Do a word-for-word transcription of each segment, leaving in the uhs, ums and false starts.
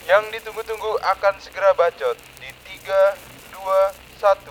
Yang ditunggu-tunggu akan segera bacot di tiga, dua, satu.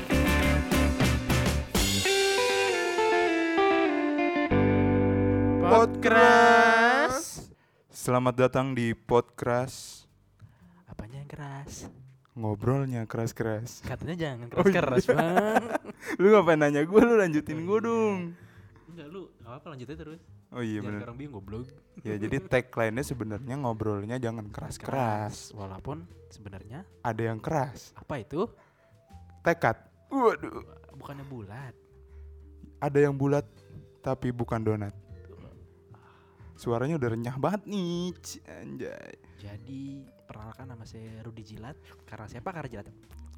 Podcast. Selamat datang di podcast. Apanya yang keras? Ngobrolnya keras-keras. Katanya jangan keras-keras, oh, iya. Bang. Lu ngapain nanya gue, lu lanjutin oh, gue iya. dong. Enggak, lu gak apa-apa lanjutin terus. Oh iya benar. Jangan orang bingung goblok. Ya jadi tagline-nya sebenarnya ngobrolnya jangan keras-keras. Walaupun sebenarnya ada yang keras. Apa itu? Tekad. Waduh. Bukannya bulat. Ada yang bulat tapi bukan donat. Suaranya udah renyah banget nih. Anjay. Jadi perkenalkan nama saya Rudy Jilat. Karena siapa? Karena jilat.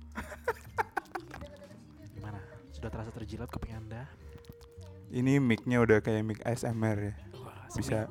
Gimana? Sudah terasa terjilat kuping Anda? Ini mic-nya udah kayak mic A S M R ya. Wah, bisa.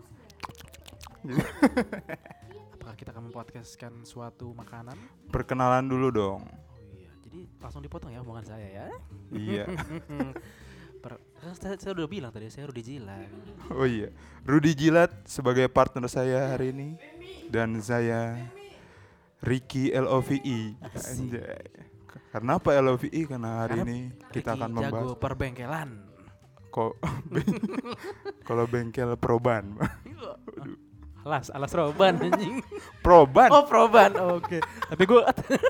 Apakah kita akan mempodcastkan suatu makanan? Perkenalan dulu dong. Oh iya, jadi langsung dipotong ya omongan saya ya. Iya. Per, saya, saya udah bilang tadi saya Rudy Jilat. Oh iya, Rudy Jilat sebagai partner saya hari ini. Dan saya Ricky L O V I. Anjay. Karena apa L O V I? Karena hari Karena ini kita Ricky akan membahas jago perbengkelan. Kok kalau bengkel proban. Alas, alas roban anjing. Proban. Oh, proban. Oh, oke. Okay. Tapi gue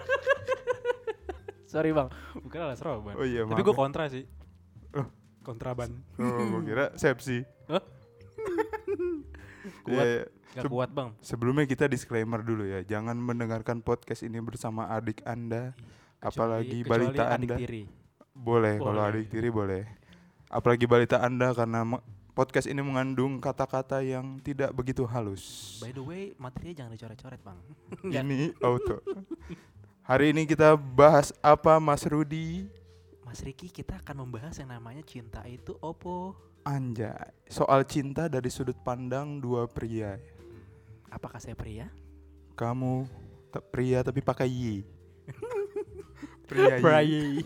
sorry bang, bukan alas roban. Oh iya, tapi gue kontra sih. Oh. Kontraban. Oh, gue kira sepsi. Huh? Kuat. Ya, Gak Se- kuat bang. Sebelumnya kita disclaimer dulu ya. Jangan mendengarkan podcast ini bersama adik anda. Kecuali, apalagi balita kecuali anda. Adik tiri. Boleh, boleh. Kalau adik tiri boleh. Apalagi balita anda karena podcast ini mengandung kata-kata yang tidak begitu halus. By the way, materinya jangan dicoret-coret bang. Ini auto. Hari ini kita bahas apa Mas Rudy? Mas Ricky, kita akan membahas yang namanya cinta itu opo. Anjay, soal cinta dari sudut pandang dua pria. Apakah saya pria? Kamu t- pria tapi pakai y. Pria y.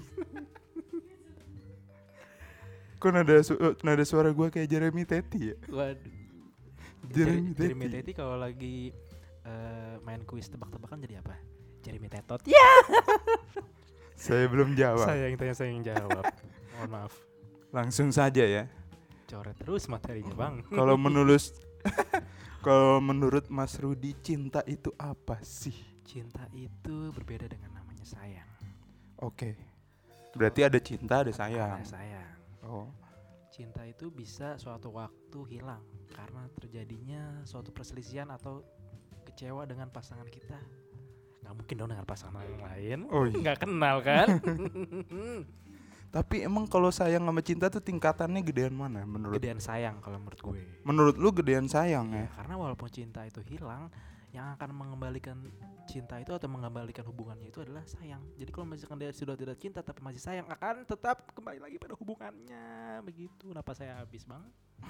Kok nada, su- nada suara gue kayak Jeremy Teti ya? Waduh. Jeremy Teti. Jeremy Teti kalau lagi uh, main kuis tebak-tebakan jadi apa? Jeremy Tetot. Ya. Yeah! Saya belum jawab. Saya yang tanya, saya yang jawab. Mohon maaf. Langsung saja ya. Coret terus materinya bang. Kalau menurut kalau menurut Mas Rudy, cinta itu apa sih? Cinta itu berbeda dengan namanya sayang. Oke. Berarti ada cinta, ada sayang. Ada sayang. Oh. Cinta itu bisa suatu waktu hilang karena terjadinya suatu perselisihan atau kecewa dengan pasangan kita. Gak mungkin dong dengan pasangan yang lain. Oh iya. Gak kenal kan? Tapi emang kalau sayang sama cinta tuh tingkatannya gedean mana menurut? Gedean sayang kalau menurut gue. Menurut lu gedean sayang ya? Karena walaupun cinta itu hilang, yang akan mengembalikan cinta itu atau mengembalikan hubungannya itu adalah sayang. Jadi kalau misalkan dia sudah tidak cinta tapi masih sayang, akan tetap kembali lagi pada hubungannya. Begitu. Kenapa saya habis bang?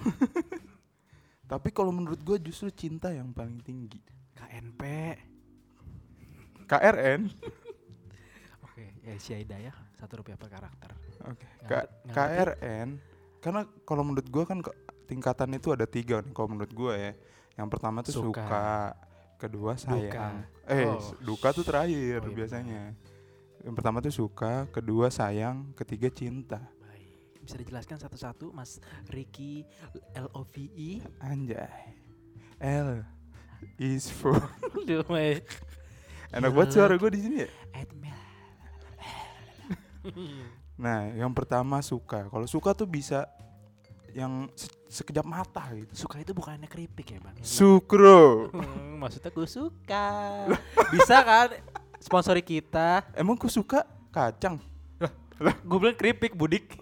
Tapi kalau menurut gue justru cinta yang paling tinggi. K N P. K R N. Oke, ya si Hidayah satu rupiah per karakter. Oke. Okay. K R N. Karena kalau menurut gue kan tingkatan itu ada tiga nih. Kalau menurut gue ya, yang pertama tuh suka, suka kedua sayang. Duka. Eh, oh. duka tuh terakhir oh, iya biasanya. Benar. Yang pertama tuh suka, kedua sayang, ketiga cinta. Baik. Bisa dijelaskan satu-satu, Mas Ricky L O V I? Anjay. L is for. Enak banget suara gue di sini ya. Nah, yang pertama suka. Kalau suka tuh bisa yang se- sekejap mata gitu. Suka itu bukannya keripik ya bang? Sukro. Hmm, maksudnya gue suka. Bisa kan? Sponsori kita. Emang gue suka kacang. Gue bilang keripik budik.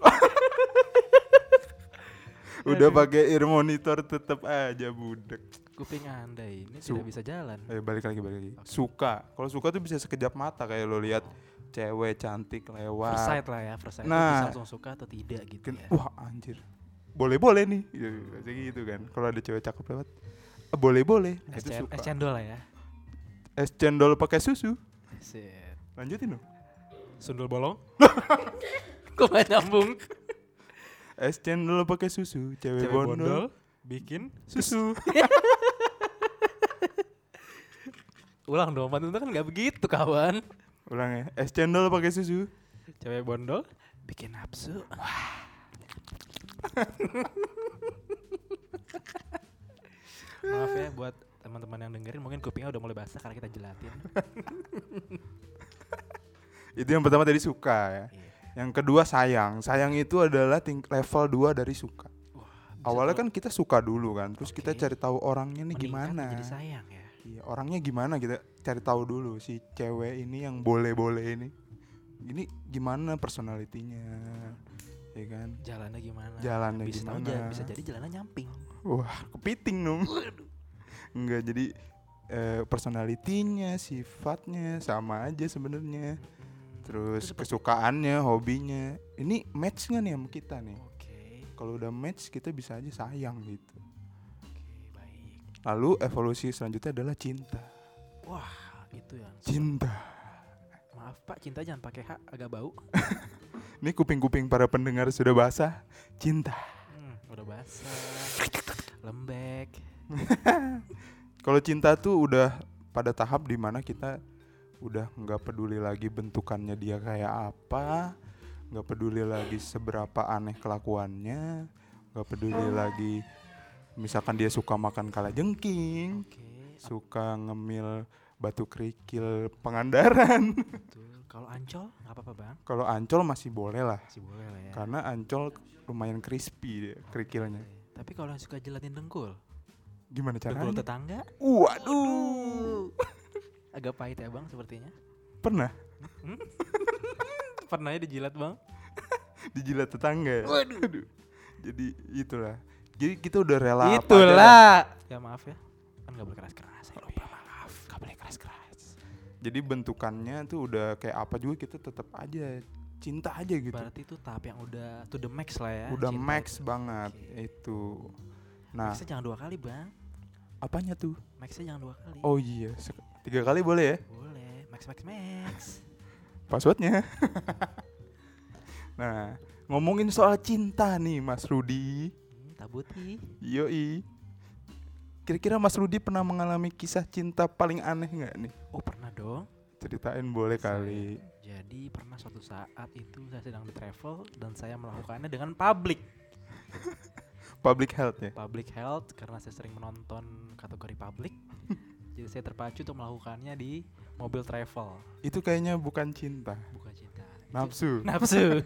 Udah pakai ear monitor tetap aja budek. Kuping anda ini Su- tidak bisa jalan. Eh balik lagi balik lagi. Okay. Suka. Kalau suka tuh bisa sekejap mata kayak lo lihat cewek cantik lewat. First sight lah ya, first sight. Nah, bisa langsung suka atau tidak gitu kan, ya. Wah anjir. Boleh-boleh nih. Gitu, gitu kan. Kalau ada cewek cakep lewat. Eh, boleh-boleh. Nah, es, itu cen- suka. es cendol lah ya. Es cendol pakai susu. Set. Lanjutin dong. Sundul bolong. Kok gak nyambung? Es cendol pakai susu, cewek, Cewek bondol, bondol bikin susu. Ulang dong, pantun tuh kan nggak begitu kawan. Ulang ya. Es cendol pakai susu. Cewek bondol bikin nafsu. Maaf ya buat teman-teman yang dengerin, mungkin kupingnya udah mulai basah karena kita jelatin. Itu yang pertama tadi suka ya. Iya. Yang kedua sayang. Sayang itu adalah ting- level dua dari suka. Wah, Awalnya kan kita suka dulu kan, terus Oke. kita cari tahu orangnya nih meningkat gimana. menjadi sayang ya. Iya, orangnya gimana kita cari tahu dulu si cewek ini yang boleh-boleh ini. Ini gimana personalitinya, ya kan? Jalannya gimana? Jalannya bisa tahu gimana? ja- bisa jadi jalannya nyamping. Wah, kepiting dong. Enggak, jadi eh, personalitinya, sifatnya sama aja sebenarnya. Hmm, Terus itu seperti- kesukaannya, hobinya. Ini match nggak nih sama kita nih? Oke, Kalau udah match kita bisa aja sayang gitu. oke baik. Lalu evolusi selanjutnya adalah cinta. Wah itu yang. Cinta. Maaf Pak, cinta jangan pakai H, agak bau. Ini kuping-kuping para pendengar sudah basah. Cinta. Hmm, udah basah, lembek. Kalau cinta tuh udah pada tahap dimana kita udah nggak peduli lagi bentukannya dia kayak apa, nggak peduli lagi seberapa aneh kelakuannya, nggak peduli lagi misalkan dia suka makan kalajengking, Oke. suka ngemil batu kerikil Pangandaran. Betul. Kalau Ancol nggak apa-apa bang, Kalau Ancol masih boleh lah, masih boleh lah ya. karena Ancol lumayan crispy dia kerikilnya. Oke. Tapi kalau yang suka jelatin dengkul, Gimana dengkul caranya? tetangga, Waduh, agak pahit ya bang sepertinya. pernah Pernah ya dijilat bang? dijilat tetangga. Waduh. Jadi itulah. Jadi kita udah rela apa aja dah. Itulah. Ya maaf ya, kan nggak boleh keras-keras. Ya, maaf, nggak boleh keras-keras. Jadi bentukannya tuh udah kayak apa juga kita tetap aja cinta aja gitu. Berarti itu tahap yang udah to the max lah ya. Udah cinta max itu. banget Oke. itu. Nah, Maxnya jangan dua kali bang. apanya tuh? Maxnya jangan dua kali. Oh iya, sek- tiga kali boleh ya Boleh. Max max max. passwordnya. Nah, ngomongin soal cinta nih Mas Rudi. Hmm, tabuti. Yoi. Kira-kira Mas Rudi pernah mengalami kisah cinta paling aneh nggak nih? Oh pernah dong. Ceritain boleh kali. Jadi pernah suatu saat itu saya sedang di travel dan saya melakukannya dengan public. Public health ya. Public health karena saya sering menonton kategori public. Jadi saya terpacu untuk melakukannya di mobil travel. Itu kayaknya bukan cinta, Bukan cinta. Itu- nafsu. Nafsu.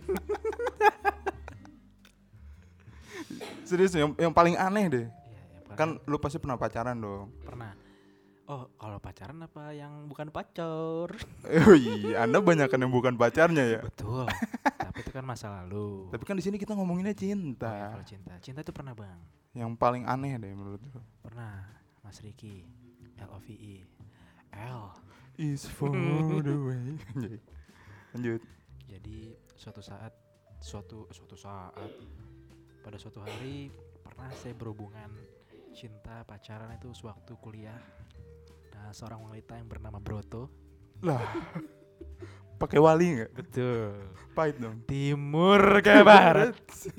Serius yang yang paling aneh deh. Iya, yang pernah- Kan lu pasti pernah pacaran dong. pernah. Oh, kalau pacaran apa yang bukan pacar? Oh iya, Anda banyak yang bukan pacarnya ya. Betul. Tapi itu kan masa lalu. Tapi kan di sini kita ngomonginnya Oh, ya, cinta. kalau cinta, cinta itu pernah bang. Yang paling aneh deh menurut lu. Pernah, Mas Riki. L O V E. L. Is for the way. Lanjut. Jadi suatu saat, suatu suatu saat, pada suatu hari pernah saya berhubungan cinta pacaran itu sewaktu kuliah. Nah, seorang wanita yang bernama Broto. Lah. Pakai wali enggak? Betul. Pahit dong. Timur ke barat.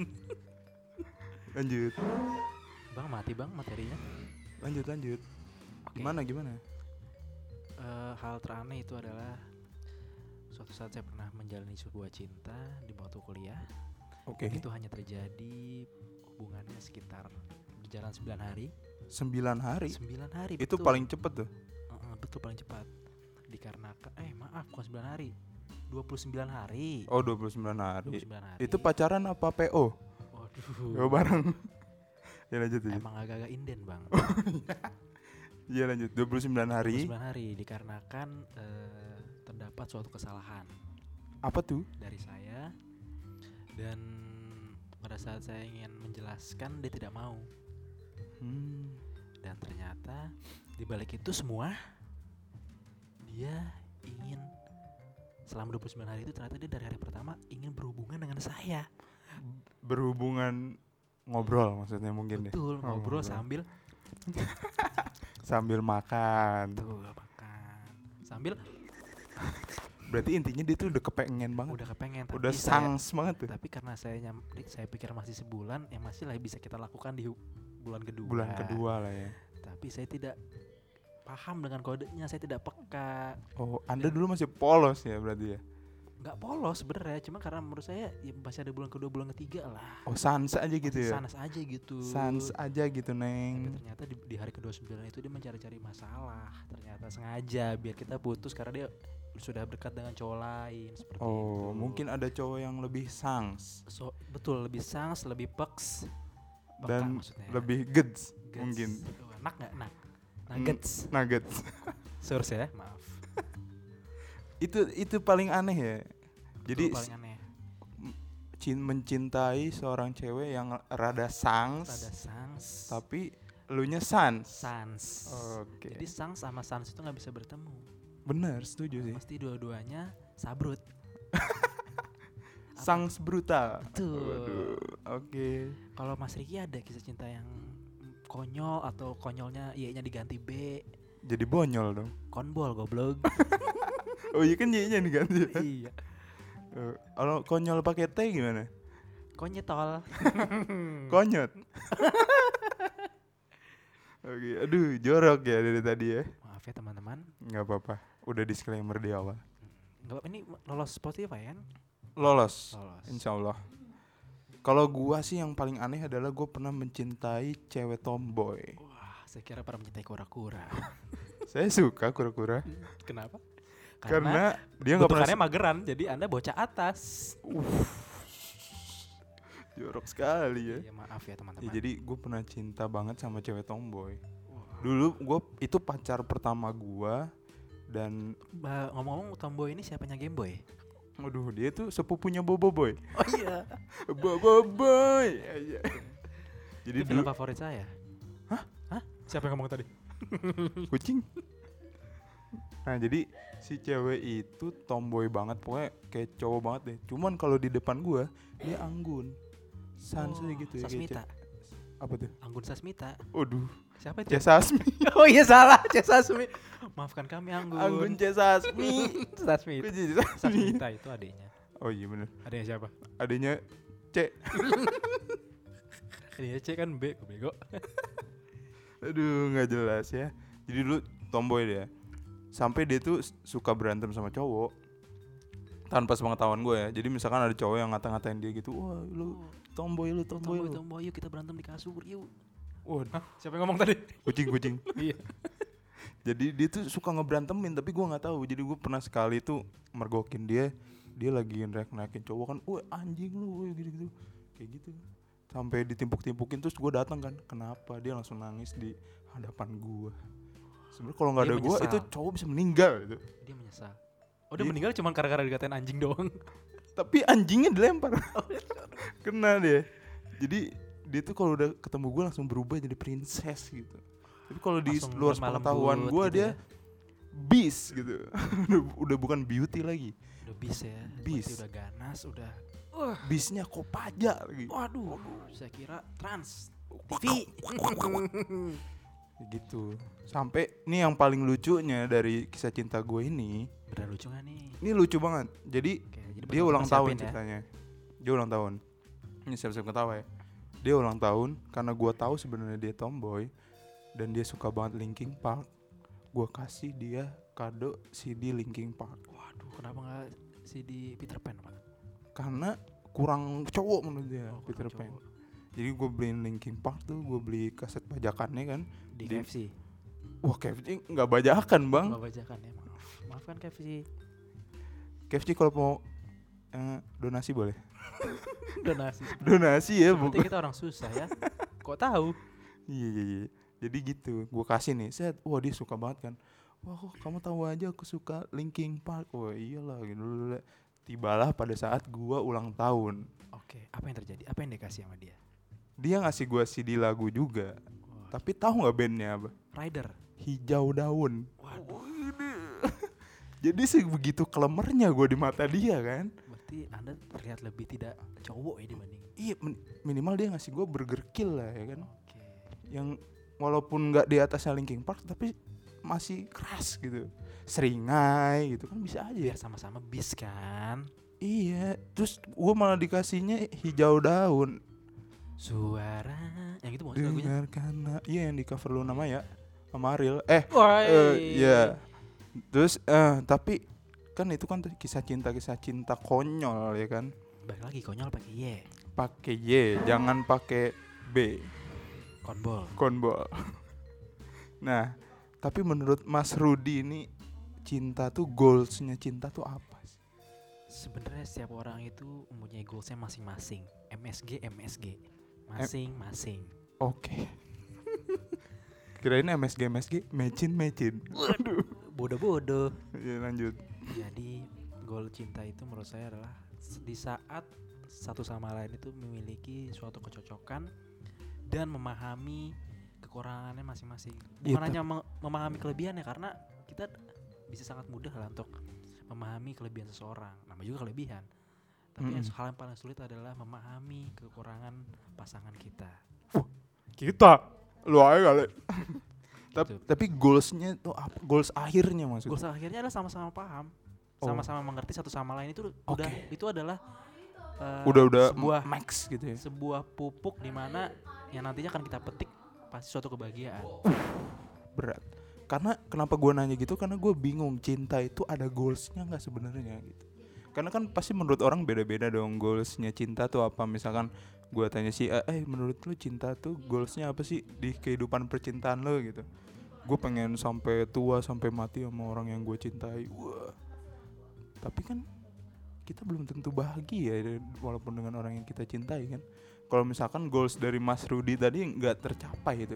Lanjut. Bang mati bang materinya. Lanjut lanjut. Oke. Gimana gimana? Eh, hal teraneh itu adalah suatu saat saya pernah menjalani sebuah cinta di waktu kuliah. Oke. Itu hanya terjadi hubungannya sekitar berjalan sembilan hari. Sembilan hari. sembilan hari. Itu betul. paling cepet tuh. Uh-uh, betul paling cepat. Dikarenakan eh maaf bukan sembilan hari. dua puluh sembilan hari. Oh, dua puluh sembilan dua hari. puluh sembilan hari. Itu pacaran apa P O? Waduh. Gak bareng. Ya lanjut lanjut. Emang agak-agak inden, Bang. Iya lanjut. dua puluh sembilan hari. dua puluh sembilan hari dikarenakan eh, terdapat suatu kesalahan Apa tuh? dari saya dan pada saat saya ingin menjelaskan dia tidak mau. Hmm. Dan ternyata di balik itu semua dia ingin selama dua puluh sembilan hari itu ternyata dia dari hari pertama ingin berhubungan dengan saya. Berhubungan ngobrol maksudnya mungkin deh. Betul, Oh, ngobrol ngobrol. sambil Sambil makan. tuh makan. Sambil Berarti intinya dia tuh udah kepengen banget. udah kepengen tapi Udah saya, sangs banget tuh. tapi karena saya nyam, saya pikir masih sebulan ya masih lah bisa kita lakukan di hu- bulan kedua. Bulan kedua lah ya. Tapi saya tidak paham dengan kodenya, saya tidak peka. Oh, Anda dulu masih polos ya berarti ya? Nggak polos sebenarnya, cuma karena menurut saya ya masih ada bulan kedua, bulan ketiga lah. Oh, sans aja gitu masih ya? Sans aja gitu. Sans aja gitu, Neng. Tapi ternyata di, di hari kedua sembilan itu dia mencari-cari masalah. Ternyata sengaja biar kita putus karena dia sudah dekat dengan cowok lain seperti oh, itu. Oh, mungkin ada cowok yang lebih sans. So, betul, lebih sans, lebih peks. Peka, dan maksudnya. lebih geds, Gets. mungkin. Oh, enak nggak? Enak. Nuggets. Mm, nuggets. Source ya, maaf. itu itu paling aneh ya. Jadi Itu paling aneh. Cin mencintai seorang cewek yang rada sans, Rada sans. tapi elunya sans. Sans. Oke. Jadi sans sama sans itu nggak bisa bertemu. Bener, setuju sih. Pasti dua-duanya sabrut. Sans brutal. Betul. Oke. Kalau Mas Riki ada kisah cinta yang konyol atau konyolnya Y-nya diganti B? Jadi bonyol dong. Konbol goblok. Oh iya kan Y-nya diganti. Ya? Iya. Uh, Kalau konyol pakai T gimana? Konyetol. Konyot. Oke, aduh jorok ya dari tadi ya. Maaf ya teman-teman. Nggak apa-apa, udah disclaimer di awal. Nggak, ini lolos Spotify kan? Lolos, Lolos. insya Allah. Kalau gua sih yang paling aneh adalah gua pernah mencintai cewek tomboy. Wah, saya kira para mencintai kura-kura. Saya suka kura-kura. Kenapa? Karena, Karena dia nggak pernah bentukannya mageran, jadi Anda bocah atas. Jorok sekali ya. Iya, maaf ya teman-teman. Ya, jadi gue pernah cinta banget sama cewek tomboy. Dulu gue itu pacar pertama gue dan ba- ngomong-ngomong tomboy ini siapanya Gameboy? waduh dia tuh sepupunya Bobo Boy. Oh iya. Bobo Boy. Jadi Itu film dulu favorit saya. Hah? Hah? Siapa yang ngomong tadi? kucing. Nah jadi si cewek itu tomboy banget, pokoknya kayak cowok banget deh. Cuman kalau di depan gue dia anggun. Sans Oh, gitu ya. Sasmita. Apa tuh? Anggun Sasmita. Waduh. Siapa itu? Cesasmi. Oh iya salah, Cesasmi. Maafkan kami Anggun. Anggun Cesasmi. Sasmita. Sasmita itu adiknya. Oh iya bener. Adiknya siapa? Adanya C. Adiknya C kan B, gue bego. Aduh nggak jelas ya. Jadi dulu tomboy dia. Sampai dia tuh suka berantem sama cowok tanpa sepengetahuan gue ya. Jadi misalkan ada cowok yang ngata-ngatain dia gitu, wah lu tomboy lu tomboy, Tomboy lu. tomboy yuk kita berantem di kasur yuk. Wah, Siapa yang ngomong tadi? kucing-kucing. Iya. Jadi dia tuh suka ngeberantemin tapi gue nggak tahu. Jadi gue pernah sekali tuh mergokin dia. Dia lagi neriak-neriakin cowok kan, wah anjing lu, wah gitu-gitu. Kayak gitu. Sampai ditimpuk-timpukin terus gue datang kan. Kenapa? Dia langsung nangis di hadapan gue. Sebenarnya kalau nggak Dia ada gue menyesal. itu cowok bisa meninggal gitu. Dia menyesal. Oh dia Dia- meninggal cuma gara-gara dikatain anjing doang. Tapi anjingnya dilempar. Kena dia. Jadi dia tuh kalau udah ketemu gue langsung berubah jadi princess gitu. Tapi kalau di Langsung luar lemah pengetahuan lembut gue gitu dia ya. beast gitu. udah, udah bukan beauty lagi. Udah bis ya. Bis. Berarti udah ganas, udah. Beastnya Kopaja lagi. Waduh, saya kira trans. T V. Gitu. Sampai ini yang paling lucunya dari kisah cinta gue ini. Beneran lucu gak nih? Ini lucu banget. Jadi Oke, jadi dia bener-bener ulang tahun siapin ya. ceritanya. Dia ulang tahun. Ini siap-siap ketawa ya. Dia ulang tahun karena gue tahu sebenarnya dia tomboy dan dia suka banget Linkin Park. Gue kasih dia kado C D Linkin Park Waduh, kenapa gak C D Peter Pan, Pak? karena kurang cowok menurut dia Oh, Peter kurang Pan. cowok. Jadi gue beliin Linkin Park tuh, gue beli kaset bajakannya kan. Di Di- K F C. Wah K F C nggak bajakan bang. Nggak bajakan ya, maaf. Maafkan K F C. K F C kalau mau eh, donasi boleh. Donasi. Donasi ya Berarti bukan. kita orang susah ya. Kok tahu? Iya iya iya. Jadi gitu, gue kasih nih, set, wah dia suka banget kan. Wah kok kamu tahu aja aku suka Linkin Park. Wah iyalah gitu. Tibalah pada saat gue ulang tahun. Oke, apa yang terjadi? Apa yang dikasih sama dia? Dia ngasih gue C D lagu juga. Wah, Tapi tahu nggak bandnya apa? Rider. Hijau Daun. Waduh. Jadi sebegitu kelemernya gue di mata dia kan. Berarti Anda terlihat lebih tidak cowok ya dibanding. Iya min- minimal dia ngasih gue Burger Kill lah ya kan. Oke. Yang walaupun nggak di atasnya Linkin Park tapi masih keras gitu. Seringai gitu kan bisa aja ya. Biar sama-sama bis kan. Iya, terus gue malah dikasihnya Hijau Daun. Suara yang itu bukan sih lagunya? Dengarkan, iya yang di cover Luna Maya. sama Ariel. Eh, Woi. uh, ya. Terus uh, tapi kan itu kan kisah cinta kisah cinta konyol ya kan. Balik lagi konyol pakai Y. Pakai Y, jangan pakai B. Konbol. Konbol. Nah, tapi menurut Mas Rudi ini cinta tuh goalsnya cinta tuh apa sih? Sebenarnya setiap orang itu mempunyai goalsnya masing-masing. M S G M S G masing-masing. Oke. Okay. Kirain M S G M S G mecin mecin. Waduh. Bodoh-bodoh. Ya lanjut. Jadi goal cinta itu menurut saya adalah di saat satu sama lain itu memiliki suatu kecocokan dan memahami kekurangannya masing-masing. Bukan ya, hanya mem- memahami kelebihannya, karena kita bisa sangat mudah lah untuk memahami kelebihan seseorang. Nama juga kelebihan. Tapi mm-hmm. hal yang paling sulit adalah memahami kekurangan pasangan kita. Uh, kita, lu aja kali. Tapi, tapi goalsnya tuh apa? Goals akhirnya maksudnya? Goals akhirnya adalah sama-sama paham, sama-sama oh. mengerti satu sama lain itu okay. udah itu adalah uh, udah udah sebuah max gitu ya. Sebuah pupuk di mana yang nantinya akan kita petik pasti suatu kebahagiaan. Berat. Karena kenapa gue nanya gitu? Karena gue bingung cinta itu ada goalsnya nggak sebenarnya gitu. Karena kan pasti menurut orang beda-beda dong goalsnya cinta tuh apa. Misalkan gue tanya sih, eh, eh menurut lu cinta tuh goalsnya apa sih di kehidupan percintaan lo gitu. Gue pengen sampai tua sampai mati sama orang yang gue cintai. Wah. Tapi kan kita belum tentu bahagia walaupun dengan orang yang kita cintai kan. Kalau misalkan goals dari Mas Rudi tadi nggak tercapai itu.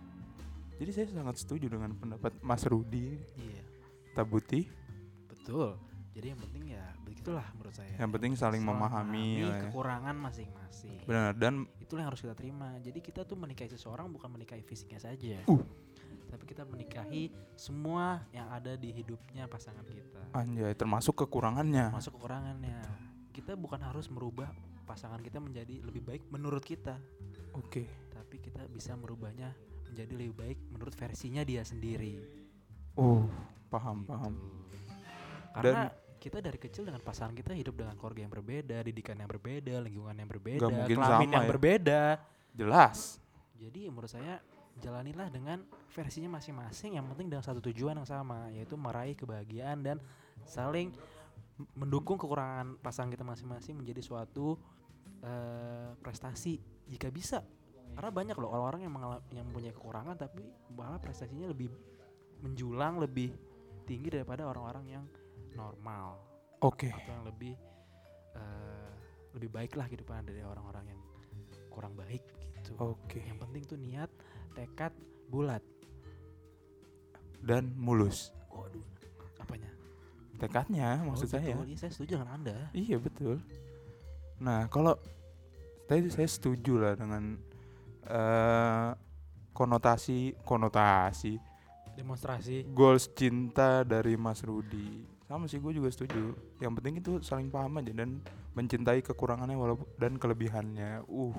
Jadi saya sangat setuju dengan pendapat Mas Rudi. Iya. Tabuti. Betul. Jadi yang penting ya begitulah menurut saya. Yang penting saling memahami, memahami kekurangan ya. Masing-masing. Benar, dan itulah yang harus kita terima. Jadi kita tuh menikahi seseorang bukan menikahi fisiknya saja. Uh. Tapi kita menikahi semua yang ada di hidupnya pasangan kita. Anjay, termasuk kekurangannya. Termasuk kekurangannya. Kita bukan harus merubah pasangan kita menjadi lebih baik menurut kita. Oke. Okay. Tapi kita bisa merubahnya menjadi lebih baik menurut versinya dia sendiri. Oh, paham, gitu. Paham. Karena Dan kita dari kecil dengan pasangan kita hidup dengan keluarga yang berbeda, didikan yang berbeda, lingkungan yang berbeda, kelamin yang ya. berbeda. Jelas. Jadi menurut saya jalanilah dengan versinya masing-masing, yang penting dengan satu tujuan yang sama, yaitu meraih kebahagiaan dan saling mendukung kekurangan pasangan kita masing-masing menjadi suatu uh, prestasi jika bisa. Karena banyak loh orang-orang yang mengalami, yang mempunyai kekurangan tapi malah prestasinya lebih menjulang, lebih tinggi daripada orang-orang yang normal. Oke. Okay. Atau yang lebih uh, lebih baik lah kehidupan dari orang-orang yang kurang baik gitu. Oke. Okay. Yang penting tuh niat, tekad bulat dan mulus. Waduh, apanya? Tekadnya maksud oh, saya. Iya, saya setuju dengan Anda. Iya betul. Nah kalau tadi saya setuju lah dengan uh, konotasi konotasi demonstrasi goals cinta dari Mas Rudi. Sama sih, gue juga setuju. Yang penting itu saling paham aja dan mencintai kekurangannya walaupun dan kelebihannya. Uh.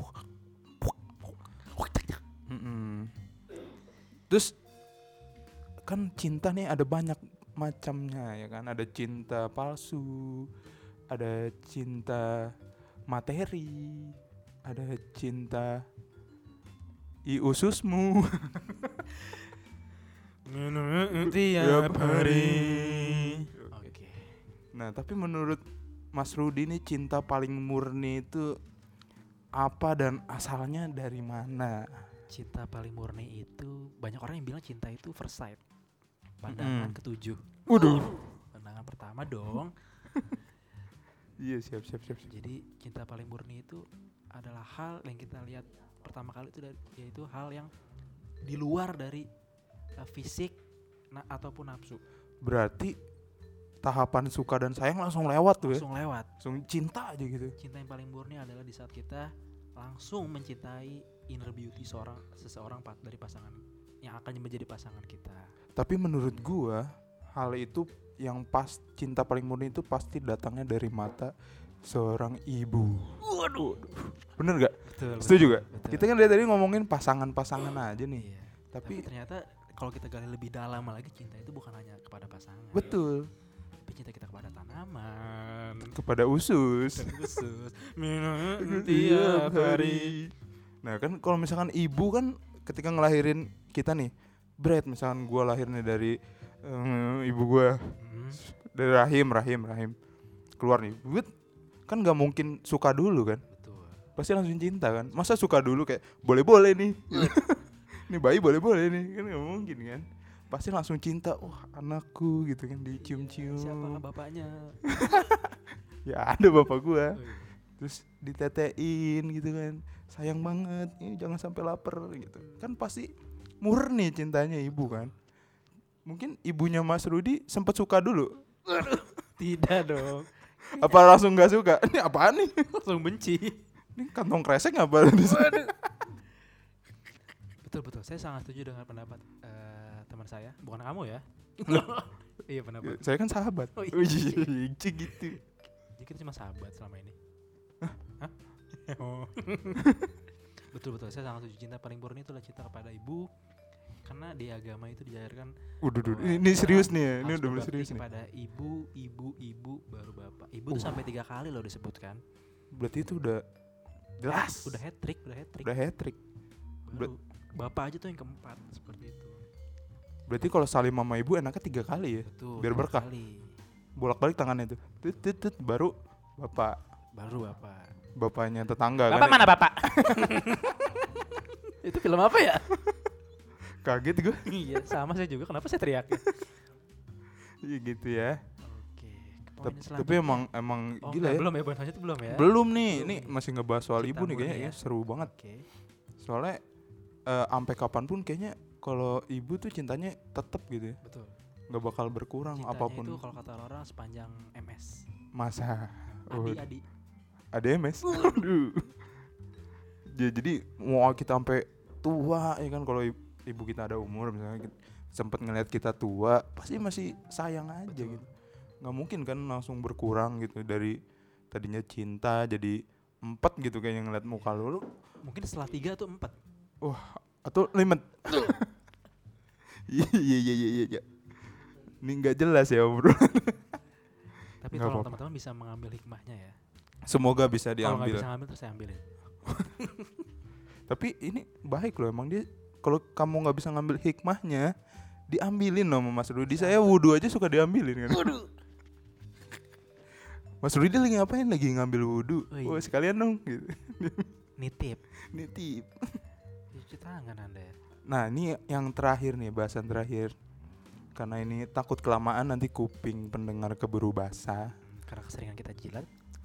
Mm-mm. Terus kan cinta nih ada banyak macamnya ya kan. Ada cinta palsu, ada cinta materi, ada cinta i ususmu. Tiap hari. Oke. Nah tapi menurut Mas Rudi nih cinta paling murni itu apa dan asalnya dari mana? Cinta paling murni itu banyak orang yang bilang cinta itu first sight, pandangan hmm. ketujuh. Waduh. Pandangan pertama dong. Iya siap siap siap. Jadi cinta paling murni itu adalah hal yang kita lihat pertama kali itu, yaitu hal yang di luar dari uh, fisik na- ataupun nafsu. Berarti tahapan suka dan sayang langsung lewat tuh langsung ya? Langsung lewat. Langsung cinta aja gitu. Cinta yang paling murni adalah di saat kita langsung mencintai inner beauty seorang seseorang dari pasangan yang akan menjadi pasangan kita. Tapi menurut gua hal itu yang pas cinta paling murni itu pasti datangnya dari mata seorang ibu. Waduh. Bener gak? Betul. Setuju betul, gak? Betul. Kita kan dari tadi ngomongin pasangan-pasangan aja nih. Iya. Tapi, Tapi ternyata kalau kita gali lebih dalam lagi, cinta itu bukan hanya kepada pasangan. Betul. Tapi cinta kita kepada tanaman, kepada usus. Usus. Minum tiap hari. Nah kan kalau misalkan ibu kan ketika ngelahirin kita nih Bread misalkan gue lahir nih dari um, ibu gue hmm. dari rahim rahim rahim keluar nih, but kan nggak mungkin suka dulu kan. Betul. Pasti langsung cinta kan. Masa suka dulu kayak boleh-boleh nih. Ini bayi boleh-boleh nih, kan nggak mungkin kan. Pasti langsung cinta, wah anakku gitu kan, dicium-cium. Siapa bapaknya? Ya ada bapak gua. Terus ditetein gitu kan, sayang banget, ini jangan sampai lapar gitu. Kan pasti murni cintanya ibu kan. Mungkin ibunya Mas Rudi sempat suka dulu. Tidak dong. Apa langsung nggak suka? Ini apaan nih? Langsung benci. Ini kantong kresek apa? Betul betul. Saya sangat setuju dengan pendapat uh, teman saya, bukan kamu ya. Iya pendapat. Saya kan sahabat. Oh iya. gitu. Jadi kita cuma sahabat selama ini. Hah? Oh. Betul betul. Saya sangat setuju, cinta paling murni itulah cinta kepada ibu. Karena di agama itu diajarkan. Udah, udah. Ini serius nih ya. Ini udah mulai serius nih. Kepada ibu, ibu, ibu, baru bapak. Ibu uh. tuh sampai tiga kali loh disebutkan. Berarti itu udah jelas. Udah hat trick, udah hat trick. Udah hat trick. Baru bapak aja tuh yang keempat seperti itu. Berarti kalau salim sama ibu enaknya tiga kali ya. Betul, biar berkah. Kali. Bolak-balik tangannya tuh. Tut, tut, tut, baru bapak. Baru bapak. Bapaknya tetangga. Bapak kan mana ya? Bapak? Itu film apa ya? Kaget gue. Iya, sama saya juga. Kenapa saya teriak? Iya gitu ya. Oke. T- tapi emang emang oh, gila ya. Belum ya, poin selanjutnya belum ya? Belum nih. Belum ini nih. Masih ngebahas soal Cinta ibu nih kayaknya ya. Ya, seru banget. Okay. Soalnya uh, sampai kapanpun kayaknya kalau ibu tuh cintanya tetap gitu ya. Betul. Nggak bakal berkurang cintanya apapun. Itu kalau kata orang sepanjang M S. Masa. Adi adi. Ada M S. Aduh. Ya, jadi mau kita sampai tua ya kan, kalau ibu kita ada umur misalnya sempat ngelihat kita tua pasti masih sayang aja. Betul. Gitu. Nggak mungkin kan langsung berkurang gitu, dari tadinya cinta jadi empat gitu kayaknya ngeliat muka lu. Mungkin setelah tiga tuh empat. Wah, atau limit. Iya iya iya iya iya. Ini nggak jelas ya bro. Tapi tolong teman-teman bisa mengambil hikmahnya ya. Semoga bisa diambil. Kalau nggak bisa ngambil terus saya ambilin. Tapi ini baik loh emang dia. Kalau kamu nggak bisa ngambil hikmahnya, diambilin loh sama Mas Rudi. Saya wudhu aja suka diambilin kan. Waduh. Mas Rudi lagi ngapain? Lagi ngambil wudhu. Oh, iya. Oh sekalian dong. Gitu. Nitip. Nitip. Cuci tangan Anda. Nah ini yang terakhir nih, bahasan terakhir. Karena ini takut kelamaan nanti kuping pendengar keburu basah. Karena keseringan kita jilat.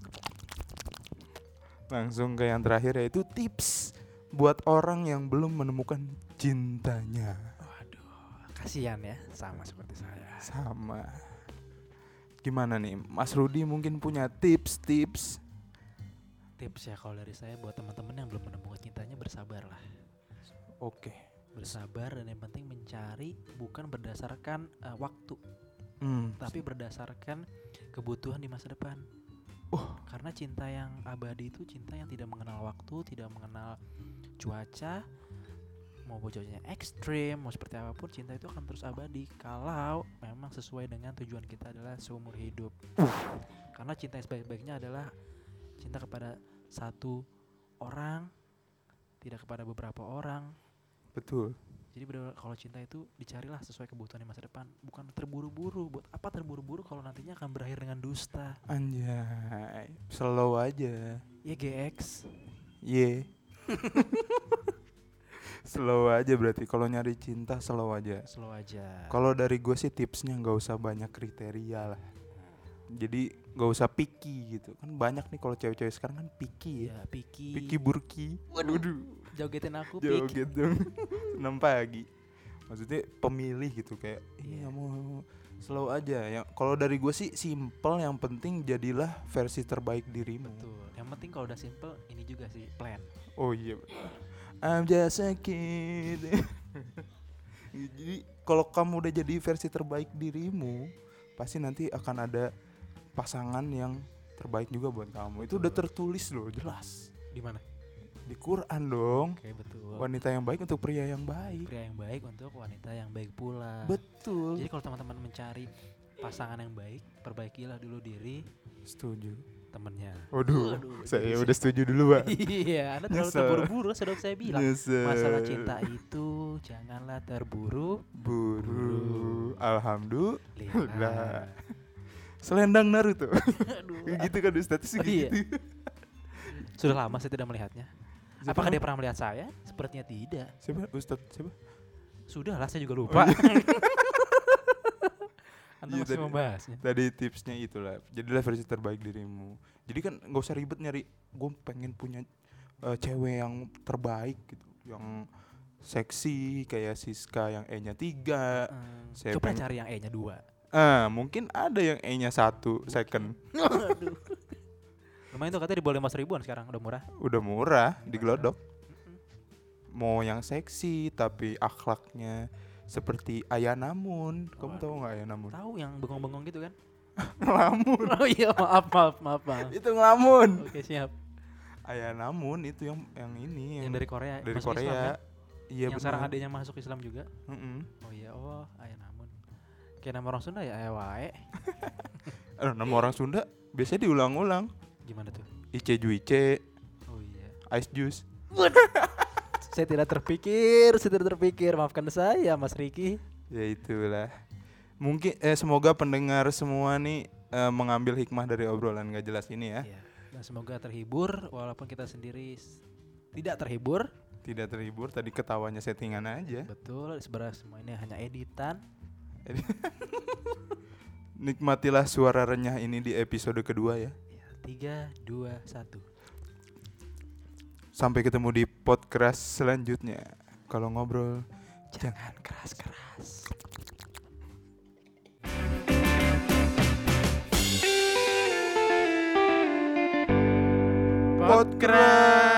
Langsung ke yang terakhir, yaitu tips buat orang yang belum menemukan cintanya. Waduh, kasihan ya, sama seperti saya. Sama. Gimana nih, Mas Rudi mungkin punya tips-tips? Tips ya kalau dari saya buat teman-teman yang belum menemukan cintanya, bersabarlah. Oke. Bersabar, dan yang penting mencari bukan berdasarkan uh, waktu, hmm. tapi berdasarkan kebutuhan di masa depan. Uh. Karena cinta yang abadi itu cinta yang tidak mengenal waktu, tidak mengenal cuaca, mau cuacanya ekstrim, mau seperti apapun, cinta itu akan terus abadi kalau memang sesuai dengan tujuan kita adalah seumur hidup. Uh. Karena cinta yang sebaik-baiknya adalah cinta kepada satu orang, tidak kepada beberapa orang. Betul. Jadi benar, kalau cinta itu dicarilah sesuai kebutuhan di masa depan, bukan terburu-buru. Buat apa terburu-buru kalau nantinya akan berakhir dengan dusta? Anjay, slow aja. Ya G X. Ye. Yeah. Slow aja berarti, kalau nyari cinta slow aja. Slow aja. Kalau dari gue sih tipsnya nggak usah banyak kriteria lah. Jadi nggak usah picky gitu kan, banyak nih kalau cewek-cewek sekarang kan picky ya. Ya picky. Picky burki. Waduh. Jogetin aku pik. Joget dong. Enam pagi. Maksudnya pemilih gitu kayak ini yeah. nggak mau, slow aja. Yang kalau dari gue sih simple, yang penting jadilah versi terbaik dirimu. Betul. Yang penting kalau udah simple ini juga sih plan. Oh iya. I'm just a kid. Jadi kalau kamu udah jadi versi terbaik dirimu, pasti nanti akan ada pasangan yang terbaik juga buat kamu. Betul. Itu udah tertulis loh, jelas. Di mana? Di Quran dong. Oke, betul. Wanita yang baik untuk pria yang baik. Pria yang baik untuk wanita yang baik pula. Betul. Jadi kalau teman-teman mencari pasangan yang baik, perbaikilah dulu diri. Setuju. Temennya. Waduh, Waduh saya udah setuju dulu, Pak. Iya, Anda terlalu terburu-buru, sudah saya bilang. Nyesel. Masalah cinta itu kamu janganlah terburu buru. Alhamdulillah. Lillah. Selendang Naruto. Aduh. Gitu kan status Oh, iya. gitu. Sudah lama saya tidak melihatnya. Siapa Apakah nama? dia pernah melihat saya? Sepertinya tidak. Siapa Ustadz siapa? Sudahlah, saya juga lupa. Anda Iya, masih tadi- membahasnya. Tadi tipsnya itulah. Jadilah versi terbaik dirimu. Jadi kan nggak usah ribet nyari. Gue pengen punya uh, cewek yang terbaik gitu, yang seksi kayak Siska yang E-nya tiga. Hmm, Saya coba pengen- cari yang E-nya dua. Ah, mungkin ada yang E-nya satu second. Aduh. Lumayan tuh katanya di bawah lima belas ribuan sekarang, udah murah. Udah murah, di Glodok. Mm-mm. Mau yang seksi tapi akhlaknya seperti Ayah Namun. Kamu Waduh. tahu nggak Ayah Namun? Tahu yang bengong-bengong gitu kan? Ngelamun. Oh iya, maaf maaf maaf. maaf. Itu ngelamun. Oke, siap. Ayah Namun itu yang yang ini Yang dari Korea, dari masuk Korea. Islam kan? Iya yang sekarang adiknya masuk Islam juga. Mm-mm. Oh iya, oh ayah namun. Kayak nama orang Sunda ya ayah wae. Aduh, nama orang Sunda biasanya diulang-ulang. Gimana tuh? Ice Juice, Oh iya. Ice Juice. Saya tidak terpikir, saya tidak terpikir. Maafkan saya, Mas Riki. Ya itulah. Mungkin eh semoga pendengar semua nih eh, mengambil hikmah dari obrolan gak jelas ini ya. Iya. Dan semoga terhibur walaupun kita sendiri s- tidak terhibur. Tidak terhibur, tadi ketawanya settingan aja. Betul, sebenarnya semua ini hanya editan. Nikmatilah suara renyah ini di episode kedua ya. Ya, tiga, dua, satu. Sampai ketemu di podcast selanjutnya. Kalau ngobrol Jangan keras-keras. podcast.